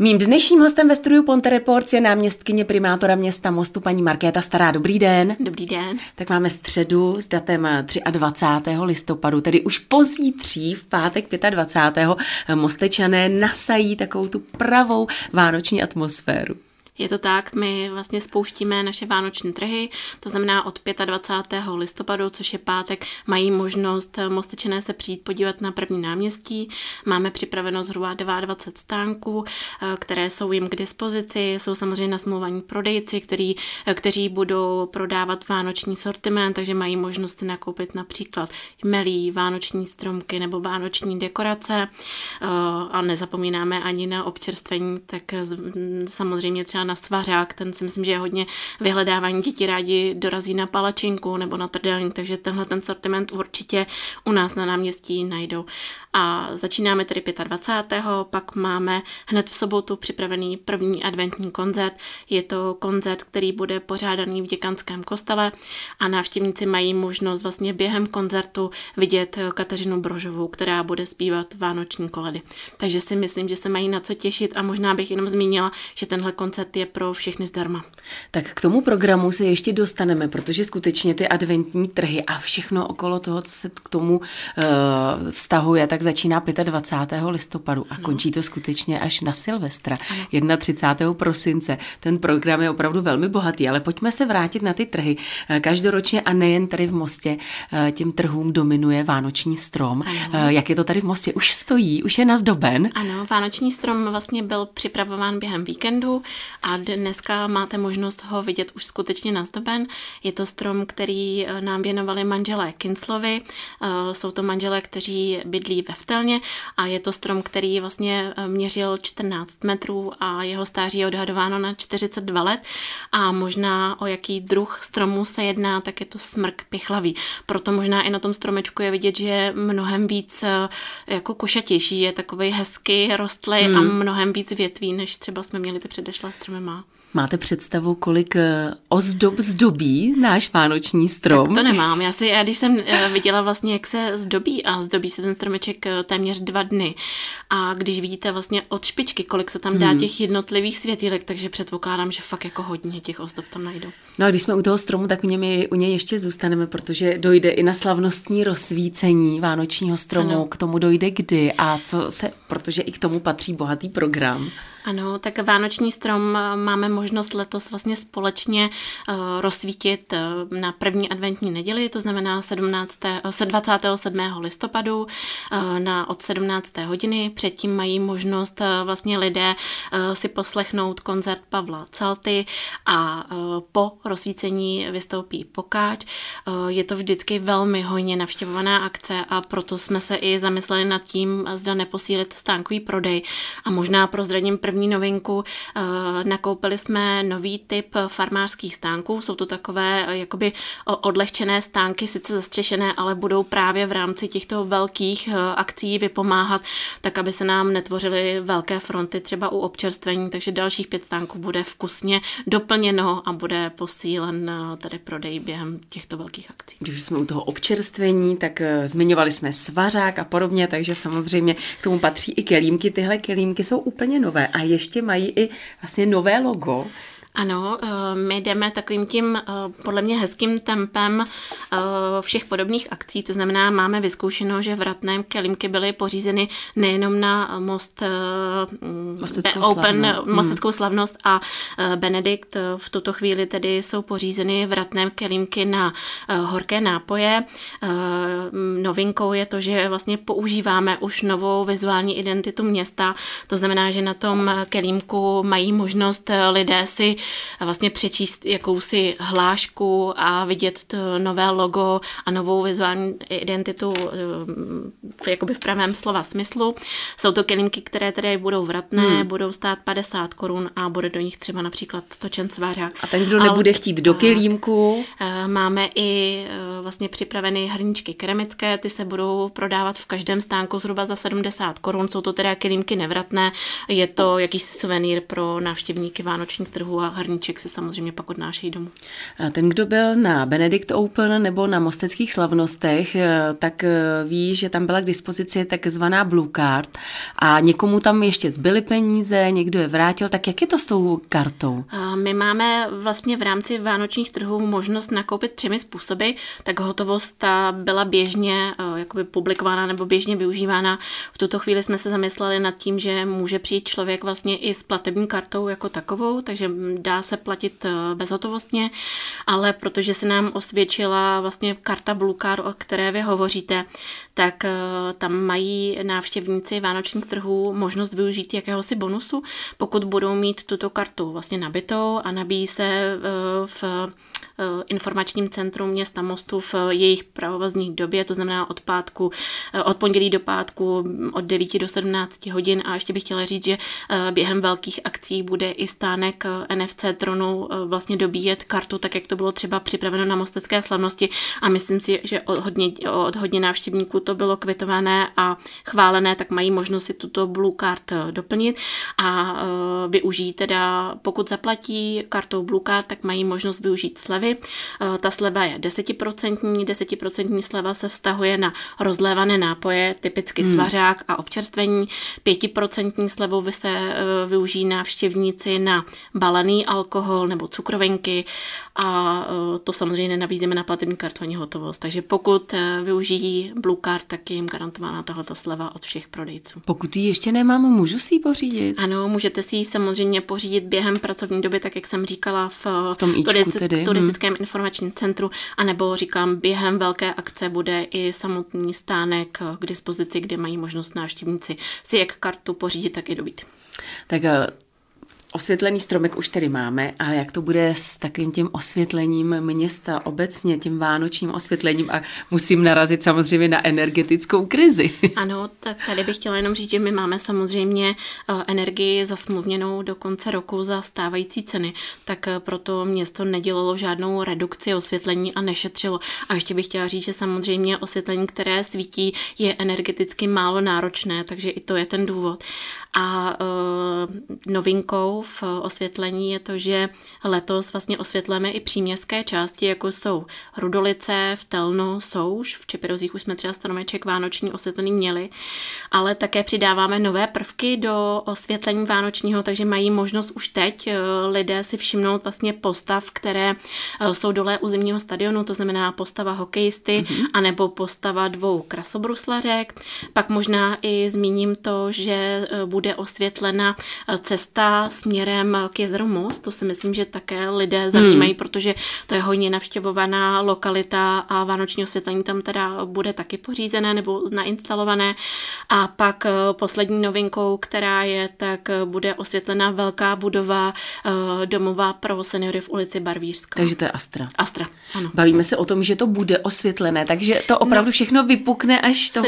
Mým dnešním hostem ve studiu Ponte Reports je náměstkyně primátora města Mostu paní Markéta Stará. Dobrý den. Dobrý den. Tak máme středu s datem 23. listopadu, tedy už pozítří v pátek 25. Mostečané nasají takovou tu pravou vánoční atmosféru. Je to tak, my vlastně spouštíme naše vánoční trhy, to znamená od 25. listopadu, což je pátek, mají možnost Mostečané se přijít podívat na první náměstí. Máme připraveno zhruba 22 stánků, které jsou jim k dispozici, jsou samozřejmě nasmluvaní prodejci, kteří budou prodávat vánoční sortiment, takže mají možnost si nakoupit například melí, vánoční stromky nebo vánoční dekorace a nezapomínáme ani na občerstvení, tak samozřejmě třeba na svařák, ten si myslím, že je hodně vyhledávání, děti rádi dorazí na palačinku nebo na trdelník, takže tenhle ten sortiment určitě u nás na náměstí najdou. A začínáme tedy 25. Pak máme hned v sobotu připravený první adventní koncert. Je to koncert, který bude pořádaný v děkanském kostele a návštěvníci mají možnost vlastně během koncertu vidět Kateřinu Brožovou, která bude zpívat vánoční koledy. Takže si myslím, že se mají na co těšit a možná bych jenom zmínila, že tenhle koncert je pro všechny zdarma. Tak k tomu programu se ještě dostaneme, protože skutečně ty adventní trhy a všechno okolo toho, co se k tomu vztahuje, tak začíná 25. listopadu a končí to skutečně až na Silvestra, 31. prosince. Ten program je opravdu velmi bohatý, ale pojďme se vrátit na ty trhy. Každoročně a nejen tady v Mostě těm trhům dominuje vánoční strom. Jak je to tady v Mostě? Už stojí, už je nazdoben? Ano, vánoční strom vlastně byl připravován během víkendu a dneska máte možnost ho vidět už skutečně nazdoben. Je to strom, který nám věnovali manželé Kinclovi. Jsou to manželé, kteří bydlí ve Vtelně a je to strom, který vlastně měřil 14 metrů a jeho stáří je odhadováno na 42 let a možná o jaký druh stromu se jedná, tak je to smrk pichlavý. Proto možná i na tom stromečku je vidět, že je mnohem víc jako košatější, je takovej hezky rostlý a mnohem víc větví, než třeba jsme měli ty předešlé stromy má. Máte představu, kolik ozdob zdobí náš vánoční strom? Tak to nemám. Já když jsem viděla vlastně, jak se zdobí a zdobí se ten stromeček téměř 2 dny a když vidíte vlastně od špičky, kolik se tam dá těch jednotlivých světýlek, takže předpokládám, že fakt jako hodně těch ozdob tam najdou. No a když jsme u toho stromu, tak u něj ještě zůstaneme, protože dojde i na slavnostní rozsvícení vánočního stromu. Ano. K tomu dojde kdy a protože i k tomu patří bohatý program. Ano, tak vánoční strom máme možnost letos vlastně společně rozsvítit na první adventní neděli, to znamená 27. listopadu od 17. hodiny. Předtím mají možnost vlastně lidé si poslechnout koncert Pavla Calty a po rozsvícení vystoupí Pokáč. Je to vždycky velmi hojně navštěvovaná akce a proto jsme se i zamysleli nad tím, zda neposílit stánkový prodej a možná prozradím první novinku. Nakoupili jsme nový typ farmářských stánků. Jsou to takové jakoby odlehčené stánky, sice zastřešené, ale budou právě v rámci těchto velkých akcí vypomáhat, tak aby se nám netvořily velké fronty třeba u občerstvení, takže dalších 5 stánků bude vkusně doplněno a bude posílen tady prodej během těchto velkých akcí. Když jsme u toho občerstvení, tak zmiňovali jsme svařák a podobně, takže samozřejmě k tomu patří i kelímky. Tyhle kelímky jsou úplně nové a ještě mají i vlastně nové logo. Ano, my jdeme takovým tím podle mě hezkým tempem všech podobných akcí, to znamená, máme vyzkoušeno, že v Ratném kelímky byly pořízeny nejenom na Mosteckou slavnost a Benedikt, v tuto chvíli tedy jsou pořízeny v Ratném kelímky na horké nápoje. Novinkou je to, že vlastně používáme už novou vizuální identitu města, to znamená, že na tom kelímku mají možnost lidé si vlastně přečíst jakousi hlášku a vidět to nové logo a novou vizuální identitu jakoby v pravém slova smyslu. Jsou to kelímky, které tedy budou vratné, budou stát 50 korun a bude do nich třeba například točen svářák. A ten, kdo nebude chtít do kelímku? Máme i vlastně připraveny hrníčky keramické, ty se budou prodávat v každém stánku zhruba za 70 korun. Jsou to teda kelímky nevratné, je to jakýsi suvenýr pro návštěvníky vánočních trhů a hrníček si samozřejmě pak odnášejí domů. Ten, kdo byl na Benedict Open nebo na Mosteckých slavnostech, tak ví, že tam byla k dispozici takzvaná Blue Card a někomu tam ještě zbyly peníze, někdo je vrátil, tak jak je to s tou kartou? My máme vlastně v rámci vánočních trhů možnost nakoupit 3 způsoby, tak hotovost ta byla běžně jakoby publikována nebo běžně využívána. V tuto chvíli jsme se zamysleli nad tím, že může přijít člověk vlastně i s platební kartou jako takovou, takže dá se platit bezhotovostně, ale protože se nám osvědčila vlastně karta Blue Card, o které vy hovoříte, tak tam mají návštěvníci vánočních trhů možnost využít jakéhosi bonusu, pokud budou mít tuto kartu vlastně nabitou a nabíjí se v informačním centru města Mostu v jejich provozní době, to znamená od pondělí do pátku od 9 do 17 hodin. A ještě bych chtěla říct, že během velkých akcí bude i stánek NFC Tronu vlastně dobíjet kartu, tak jak to bylo třeba připraveno na Mostecké slavnosti, a myslím si, že od hodně návštěvníků to bylo kvitované a chválené, tak mají možnost si tuto Blue Card doplnit a využijí teda, pokud zaplatí kartou Blue Card, tak mají možnost využít slevy. Ta sleva je 10% sleva se vztahuje na rozlévané nápoje, typicky svařák a občerstvení. 5% slevou se využijí návštěvníci na balený alkohol nebo cukrovinky a to samozřejmě nenabízíme na platební kartu ani hotovost. Takže pokud využijí Blue Card, tak je jim garantována tahleta sleva od všech prodejců. Pokud ji ještě nemám, můžu si ji pořídit? Ano, můžete si ji samozřejmě pořídit během pracovní doby, tak jak jsem říkala v tom turistickém informačním centru, anebo říkám, během velké akce bude i samotný stánek k dispozici, kde mají možnost návštěvníci si jak kartu pořídit, tak i dobít. Tak osvětlený stromek už tady máme, ale jak to bude s takovým tím osvětlením města obecně, tím vánočním osvětlením, a musím narazit samozřejmě na energetickou krizi. Ano, tak tady bych chtěla jenom říct, že my máme samozřejmě energii zasmluvněnou do konce roku za stávající ceny, tak proto město nedělalo žádnou redukci osvětlení a nešetřilo. A ještě bych chtěla říct, že samozřejmě osvětlení, které svítí, je energeticky málo náročné, takže i to je ten důvod. A novinkou v osvětlení je to, že letos vlastně osvětlíme i příměstské části, jako jsou Rudolice, Vtelno, Souš, v Čepirozích už jsme třeba stromeček vánoční osvětlený měli, ale také přidáváme nové prvky do osvětlení vánočního, takže mají možnost už teď lidé si všimnout vlastně postav, které jsou dole u zimního stadionu, to znamená postava hokejisty, anebo postava 2 krasobruslařek. Pak možná i zmíním to, že bude osvětlena cesta směrem k jezeru Most. To si myslím, že také lidé zajímají, protože to je hojně navštěvovaná lokalita a vánoční osvětlení tam teda bude taky pořízené nebo nainstalované. A pak poslední novinkou, která je, tak bude osvětlena velká budova domová pro seniory v ulici Barvířská. Takže to je Astra. Astra, ano. Bavíme se o tom, že to bude osvětlené, takže to opravdu všechno vypukne až toho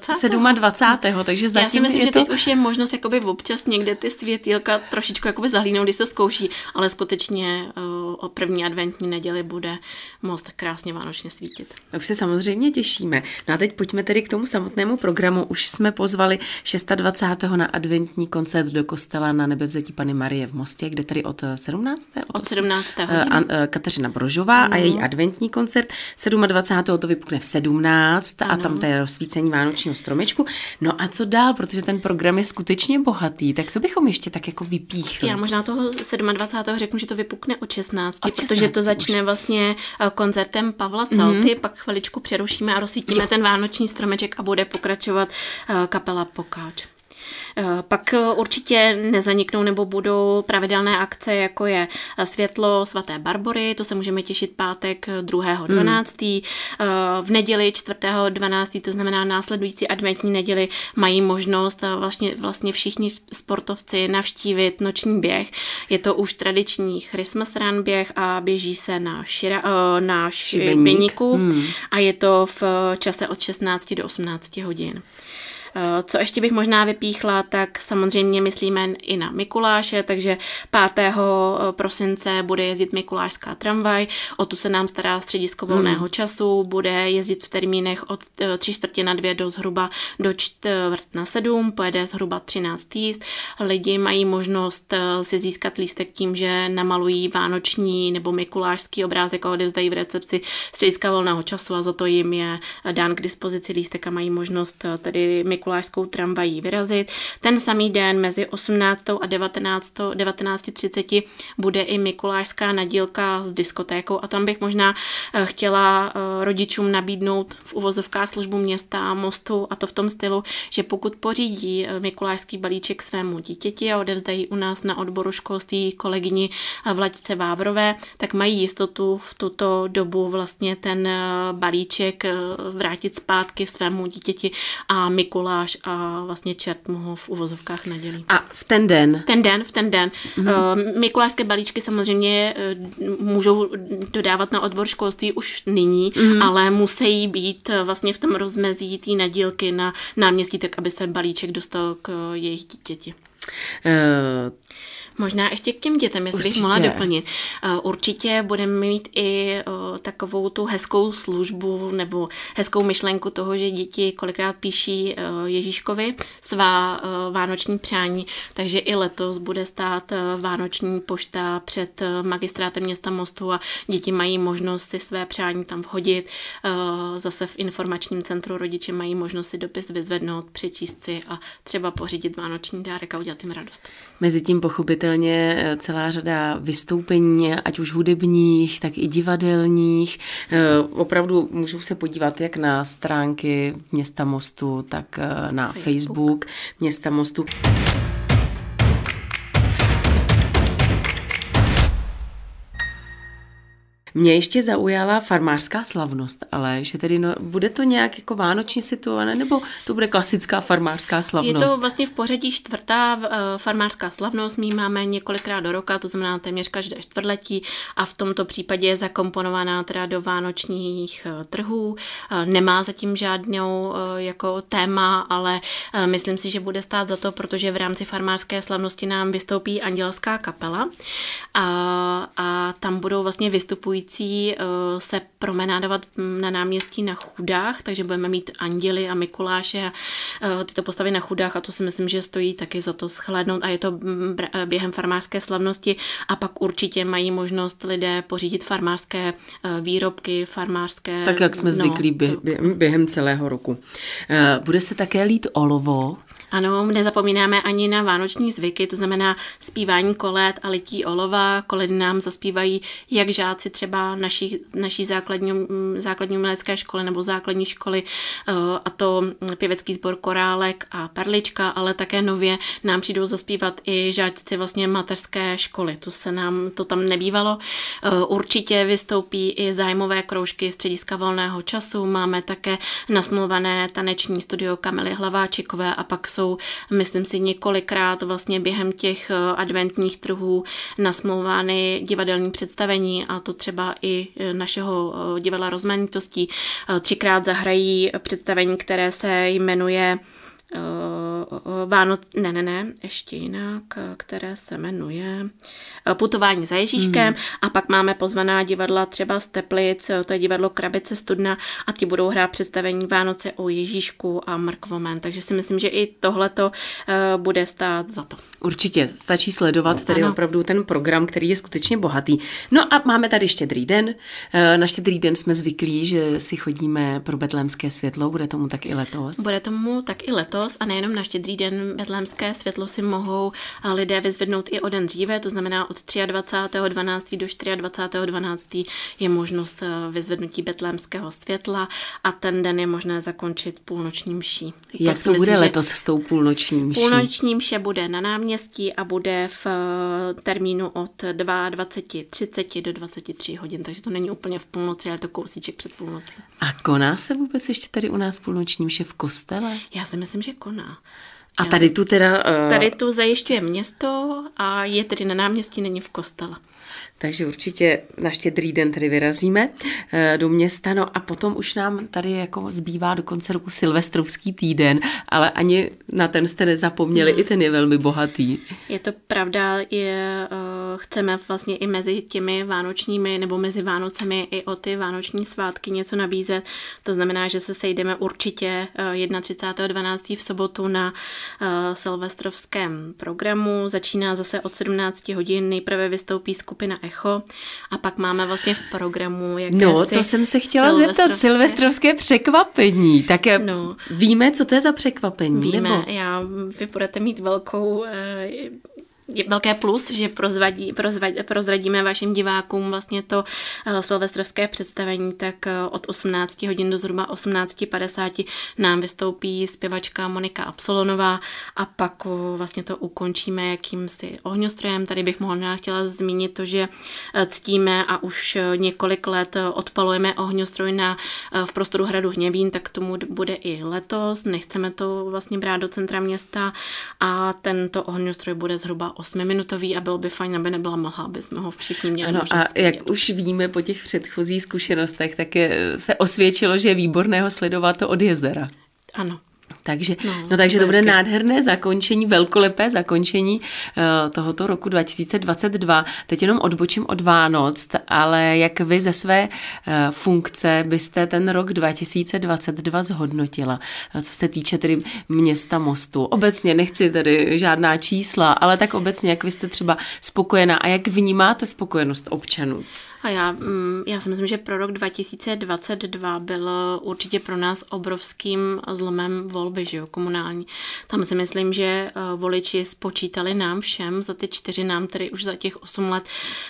27. Takže zatím já si myslím, je že to... teď už je možnost jakoby občas někde ty světýlka trošičku jakoby zahlínou, když se zkouší, ale skutečně o první adventní neděli bude Most krásně vánočně svítit. Už se samozřejmě těšíme. No a teď pojďme tedy k tomu samotnému programu. Už jsme pozvali 26. na adventní koncert do kostela na Nebevzetí Panny Marie v Mostě, kde tady od 17. Od 17. hodiny. Kateřina Brožová a její adventní koncert. 27. to vypukne v 17 a tam to je rozsvícení vánočního stromečku. No a co dál, protože ten program je skutečně bohatý, tak co bychom ještě tak jako vypíchli? Já možná toho 27. řeknu, že to vypukne od 16. Protože to začne vlastně koncertem Pavla Calty, pak chviličku přerušíme a rozsvítíme ten vánoční stromeček a bude pokračovat kapela Pokáč. Pak určitě nezaniknou nebo budou pravidelné akce, jako je Světlo svaté Barbory, to se můžeme těšit pátek 2.12. V neděli 4.12., to znamená následující adventní neděli, mají možnost vlastně všichni sportovci navštívit noční běh. Je to už tradiční Christmas run běh a běží se na Šibeníku a je to v čase od 16 do 18 hodin. Co ještě bych možná vypíchla, tak samozřejmě myslíme i na Mikuláše, takže 5. prosince bude jezdit mikulášská tramvaj, o tu se nám stará středisko volného času, bude jezdit v termínech od 3:45 do zhruba do 6:45, pojede zhruba 13 jízd. Lidi mají možnost si získat lístek tím, že namalují vánoční nebo mikulášský obrázek a odevzdají v recepci střediska volného času a za to jim je dán k dispozici lístek a mají možnost tedy mikulášskou tramvají vyrazit. Ten samý den mezi 18. a 19:30 bude i mikulášská nadílka s diskotékou a tam bych možná chtěla rodičům nabídnout v uvozovkách službu města a mostu a to v tom stylu, že pokud pořídí mikulášský balíček svému dítěti a odevzdají u nás na odboru školství kolegyni Vlaďce Vávrové, tak mají jistotu v tuto dobu vlastně ten balíček vrátit zpátky svému dítěti a Mikuláš a vlastně čert mu ho v uvozovkách nadělí. A v ten den? V ten den. Mikulášské balíčky samozřejmě můžou dodávat na odbor školství už nyní, ale musí být vlastně v tom rozmezí té nadílky na náměstí, tak aby se balíček dostal k jejich dítěti. Možná ještě k těm dětem, jestli bych mohla doplnit. Určitě budeme mít i takovou tu hezkou službu nebo hezkou myšlenku toho, že děti kolikrát píší Ježíškovi svá vánoční přání, takže i letos bude stát vánoční pošta před magistrátem města Mostu a děti mají možnost si své přání tam vhodit. Zase v informačním centru rodiče mají možnost si dopis vyzvednout, přečíst si a třeba pořídit vánoční dárek a udělat jim radost. Mezitím pochopitelně celá řada vystoupení, ať už hudebních, tak i divadelních. Opravdu můžou se podívat jak na stránky Města Mostu, tak na Facebook Města Mostu. Mě ještě zaujala farmářská slavnost, ale že tedy bude to nějak jako vánočně situované, nebo to bude klasická farmářská slavnost? Je to vlastně v pořadí 4. farmářská slavnost, my máme několikrát do roka, to znamená téměř každé čtvrtletí a v tomto případě je zakomponovaná teda do vánočních trhů. Nemá zatím žádnou jako téma, ale myslím si, že bude stát za to, protože v rámci farmářské slavnosti nám vystoupí andělská kapela a tam budou vlastně vystupující se promenádovat na náměstí na Chudách, takže budeme mít anděly a Mikuláše a tyto postavy na Chudách a to si myslím, že stojí taky za to shlédnout a je to během farmářské slavnosti a pak určitě mají možnost lidé pořídit farmářské výrobky, farmářské... Tak jak jsme zvyklí během celého roku. Bude se také lít olovo? Ano, nezapomínáme ani na vánoční zvyky, to znamená zpívání kolet a lití olova. Koledy nám zaspívají jak žáci třeba naší základní umělecké školy nebo základní školy, a to pěvecký sbor Korálek a Perlička, ale také nově nám přijdou zaspívat i žáci vlastně mateřské školy. To tam nebývalo. Určitě vystoupí i zájmové kroužky střediska volného času. Máme také nasmluvané taneční studio Kamily Hlaváčikové a pak jsou, myslím si, několikrát vlastně během těch adventních trhů nasmlouvány divadelní představení a to třeba i našeho divadla Rozmanitostí. 3krát zahrají představení, které se jmenuje ještě jinak, které se jmenuje Putování za Ježíškem a pak máme pozvaná divadla třeba z Teplic, to je divadlo Krabice Studna a ti budou hrát představení Vánoce o Ježíšku a Mrkvomen, takže si myslím, že i tohleto bude stát za to. Určitě, stačí sledovat tedy opravdu ten program, který je skutečně bohatý. No a máme tady Štědrý den. Na Štědrý den jsme zvyklí, že si chodíme pro betlémské světlo, bude tomu tak i letos? Bude tomu tak i letos a nejenom na Štědrý den betlémské světlo si mohou lidé vyzvednout i o den dříve, to znamená od 23.12. do 24.12. je možnost vyzvednutí betlémského světla a ten den je možné zakončit půlnoční mší. Jak to bude letos s tou půlnoční mší? Půlnoční mše bude na náměstí a bude v termínu od 22:30 do 23 hodin, takže to není úplně v půlnoci, ale to kousíček před půlnocí. A koná se vůbec ještě tady u nás půlnoční mše v kostele? Já si myslím, že koná. A tady tu teda... Tady tu zajišťuje město a je tedy na náměstí, není v kostele. Takže určitě na Štědrý den tedy vyrazíme do města, no a potom už nám tady jako zbývá do konce roku Silvestrovský týden, ale ani na ten jste nezapomněli, i ten je velmi bohatý. Je to pravda, chceme vlastně i mezi těmi vánočními nebo mezi Vánocemi i o ty vánoční svátky něco nabízet. To znamená, že se sejdeme určitě 31.12. v sobotu na silvestrovském programu. Začíná zase od 17 hodin, nejprve vystoupí skupina Echo a pak máme vlastně v programu jakési No, to jsem se chtěla zeptat, silvestrovské překvapení. Tak víme, co to je za překvapení? Víme, nebo? Vy budete mít velké plus, že prozradíme vašim divákům vlastně to silvestrovské představení, tak od 18 hodin do zhruba 18:50 nám vystoupí zpěvačka Monika Absolonová a pak vlastně to ukončíme jakýmsi ohňostrojem. Tady bych chtěla zmínit to, že ctíme a už několik let odpalujeme ohňostroj v prostoru hradu Hněvín, tak tomu bude i letos. Nechceme to vlastně brát do centra města a tento ohňostroj bude zhruba 8minutový a bylo by fajn, aby nebyla mlha, aby jsme ho všichni měli možnost. A jak už víme po těch předchozích zkušenostech, tak se osvědčilo, že je výborného sledovat to od jezera. Ano. Takže to bude nádherné zakončení, velkolepé zakončení tohoto roku 2022. Teď jenom odbočím od Vánoc, ale jak vy ze své funkce byste ten rok 2022 zhodnotila, co se týče tedy města Mostu? Obecně nechci tedy žádná čísla, ale tak obecně, jak vy jste třeba spokojená a jak vnímáte spokojenost občanů? A já si myslím, že pro rok 2022 byl určitě pro nás obrovským zlomem volby, že jo, komunální. Tam si myslím, že voliči spočítali nám všem, za ty 4 nám tedy už za těch 8 let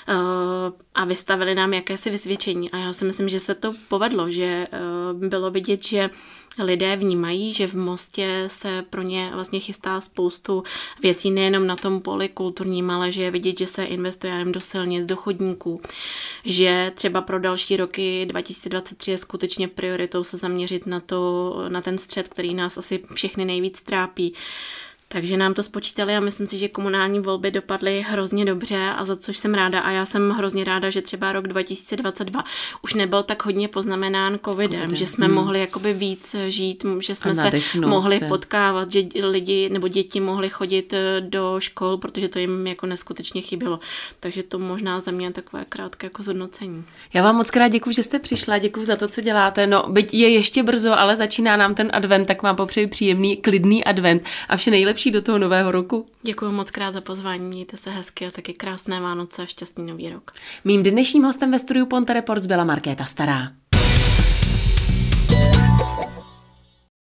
a vystavili nám jakési vysvědčení. A já si myslím, že se to povedlo, že bylo vidět, že lidé vnímají, že v Mostě se pro ně vlastně chystá spoustu věcí, nejenom na tom poli kulturním, ale že je vidět, že se investuje do silnic, do chodníků, že třeba pro další roky 2023 je skutečně prioritou se zaměřit na ten střed, který nás asi všechny nejvíc trápí. Takže nám to spočítali a myslím si, že komunální volby dopadly hrozně dobře a za což jsem ráda a já jsem hrozně ráda, že třeba rok 2022 už nebyl tak hodně poznamenán covidem, že jsme mohli jakoby víc žít, že jsme se mohli potkávat, že lidi nebo děti mohli chodit do škol, protože to jim jako neskutečně chybělo. Takže to možná za mě takové krátké jako zhodnocení. Já vám moc krát děkuju, že jste přišla, děkuju za to, co děláte. No, byť je ještě brzo, ale začíná nám ten advent, tak vám popřeji příjemný, klidný advent a vše nejlepší do toho nového roku. Děkuji moc krát za pozvání, mějte se hezky a taky krásné Vánoce a šťastný nový rok. Mým dnešním hostem ve studiu Ponte Reports byla Markéta Stará.